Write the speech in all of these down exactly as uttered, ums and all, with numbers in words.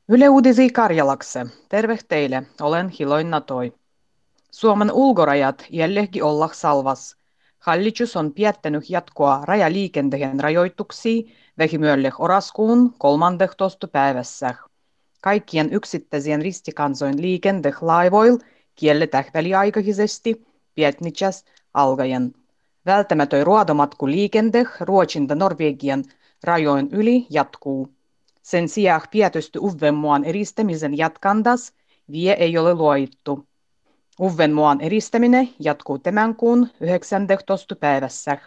Yle Uutisia Karjalakse. Terve teille, olen Hiloin Natoi. Suomen ulkorajat jälleen olla salvas. Hallitus on päättänyt jatkoa rajaliikenteen rajoituksia vähimölle oraskuun kolmanteentoista päivässä. Kaikkien yksittäisien ristikansojen liikenne laivoil kielletään väliaikaisesti Pietnitsäs alkaen. Välttämätön ruodomatku liikenne Ruotsin ja Norvegian rajojen yli jatkuu. Sen sijaan päätöstä Uudenmaan eristämisen jatkandas vie ei ole luoittu. Uudenmaan eristäminen jatkuu tämän kuun yhdeksäntoista päivässä.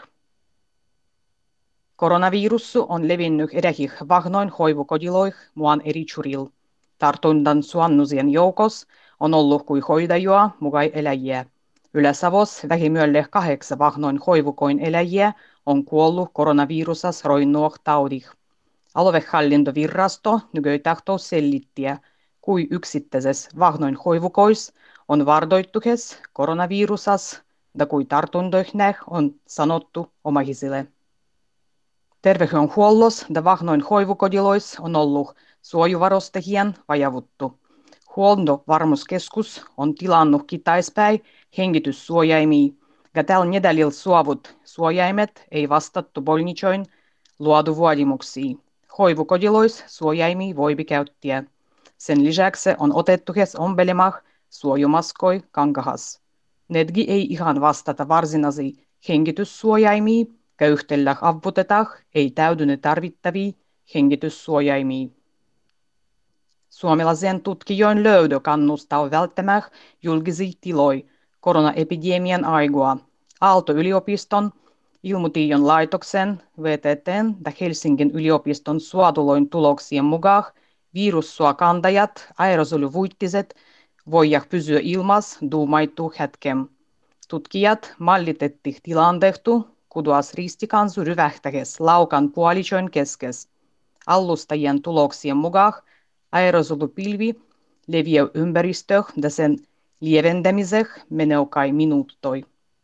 Koronavirus on levinnyt eräihin vahnoin hoivukodiloih muan eri churil. Tartunnan suannusien joukos on ollut kuin hoitajia mukai eläjiä. Ylä-Savos vähimölle kahdeksan vahnoin hoivukoin eläjiä on kuollut koronavirusas roinnuoh taudih. Aluehallintovirasto nykyi tahtoo selittiä, kui yksittäisessä vahnoin hoivukois on vardoittuhes koronavirusas ja kui tartuntoihnäh on sanottu omahisille. Terveydenhuollos ja vahnoin hoivukodilois on ollut suojuvarostehien vajavuttu. Huoltovarmuuskeskus on tilannut kitaispäin hengityssuojaimia, ja tällä nedälillä suovut suojaimet ei vastattu bolnichoin luoduvuodimuksiin. Hoivukodilois suojaimia voipi käyttää. Sen lisäksi on otettu hes ombelemah suojumaskoi kankahas. Nedgi ei ihan vastata varsinaisia hengityssuojaimia, ja yhtellä avvutetaan ei täydyne tarvittavia hengityssuojaimia. Suomalaisen tutkijoin löydö kannustaa välttämään julkisia tiloja koronaepidemian aigua. Aalto-yliopiston, Ilmutiion laitoksen, V T T:n ja Helsingin yliopiston suotuloin tuloksien mukaan virussuokantajat, aerosolivuittiset, voivat pysyä ilmas duumaittu hetken. Tutkijat mallitettiin tilantehtu, kuduas ristikansu ryvähtähes laukan puolichoin keskes. Allustajien tuloksien mukaan aerosolipilvi leviää ympäristöön ja sen lieventämiseen menee kai minuuttoi.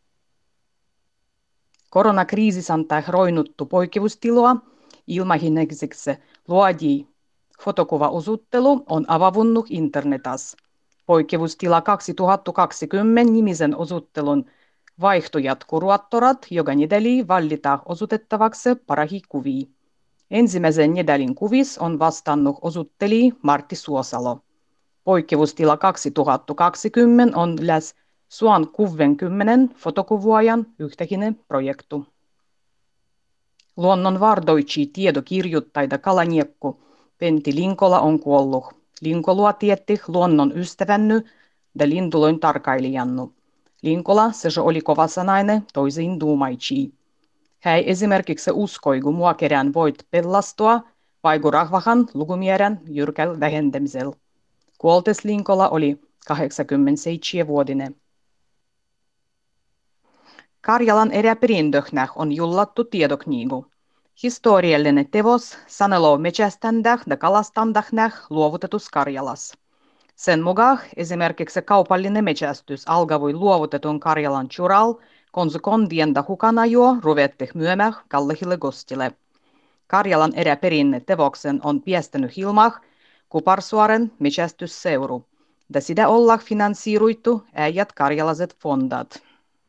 Koronakriisis antaa roinuttu poikkeustiloa ilmahinneksi luodii. Fotokuvaosuuttelu on avavunnut internetas. Poikkeustila kaksituhattakaksikymmentä nimisen osuuttelun vaihtujat kuraattorat, joka nedäli vallitaan osutettavaksi parahi kuvia. Ensimmäisen nedälin kuvis on vastannut osuutteli Martti Suosalo. Poikkeustila kaksituhattakaksikymmentä on läs suan kuudenkymmenen fotokuvuajan yhteinen projektu. Luonnon vardoitsi tiedokirjoittaja kalaniekko Pentti Linkola on kuollut. Linkolua tietti luonnon ystävänny ja lintuloin tarkailijannu. Linkola se oli kovasanainen toisiin duumaitsi. Hän esimerkiksi uskoi, kun mua kerään voit pelastua, vaiku rahvahan lukumäärän jyrkäl vähentämisellä. Kuoltes Linkola oli kahdeksankymmentäseitsemän-vuotinen. Karjalan eräperindöhnäh on jullattu tiedokniigu. Historiallinen tevos saneloo metsäständäh ja kalastandahnäh luovutetus Karjalas. Sen mukaan esimerkiksi kaupallinen metsästys alkavui luovutetun Karjalan chural, konsukondien ja hukanajuo ruvetteh myömäh kallehille gostille. Karjalan eräperinne tevoksen on piestänyt hilmah Kuparsuaren metsästysseuru, ja sitä ollaan finansiiruittu äijät karjalaiset fondat.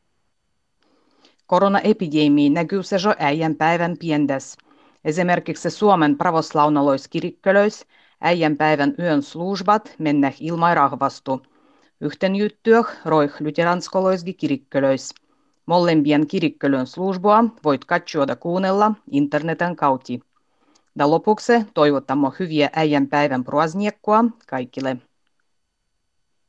Koronaepidemia näkyy se jo äijän päivän piendes. Esimerkiksi Suomen pravoslaunaloiskirikkelöis äijän päivän yön sluusbat mennäh ilmai rahvastu. Yhten juttuoh roih luteranskoloisgi kirikkelöis. Molempien kirikkelön sluusbua voit katsoa ja kuunnella interneten kautta. Ja lopuksi toivotamme hyviä äijän päivän prazdniekkoa kaikille.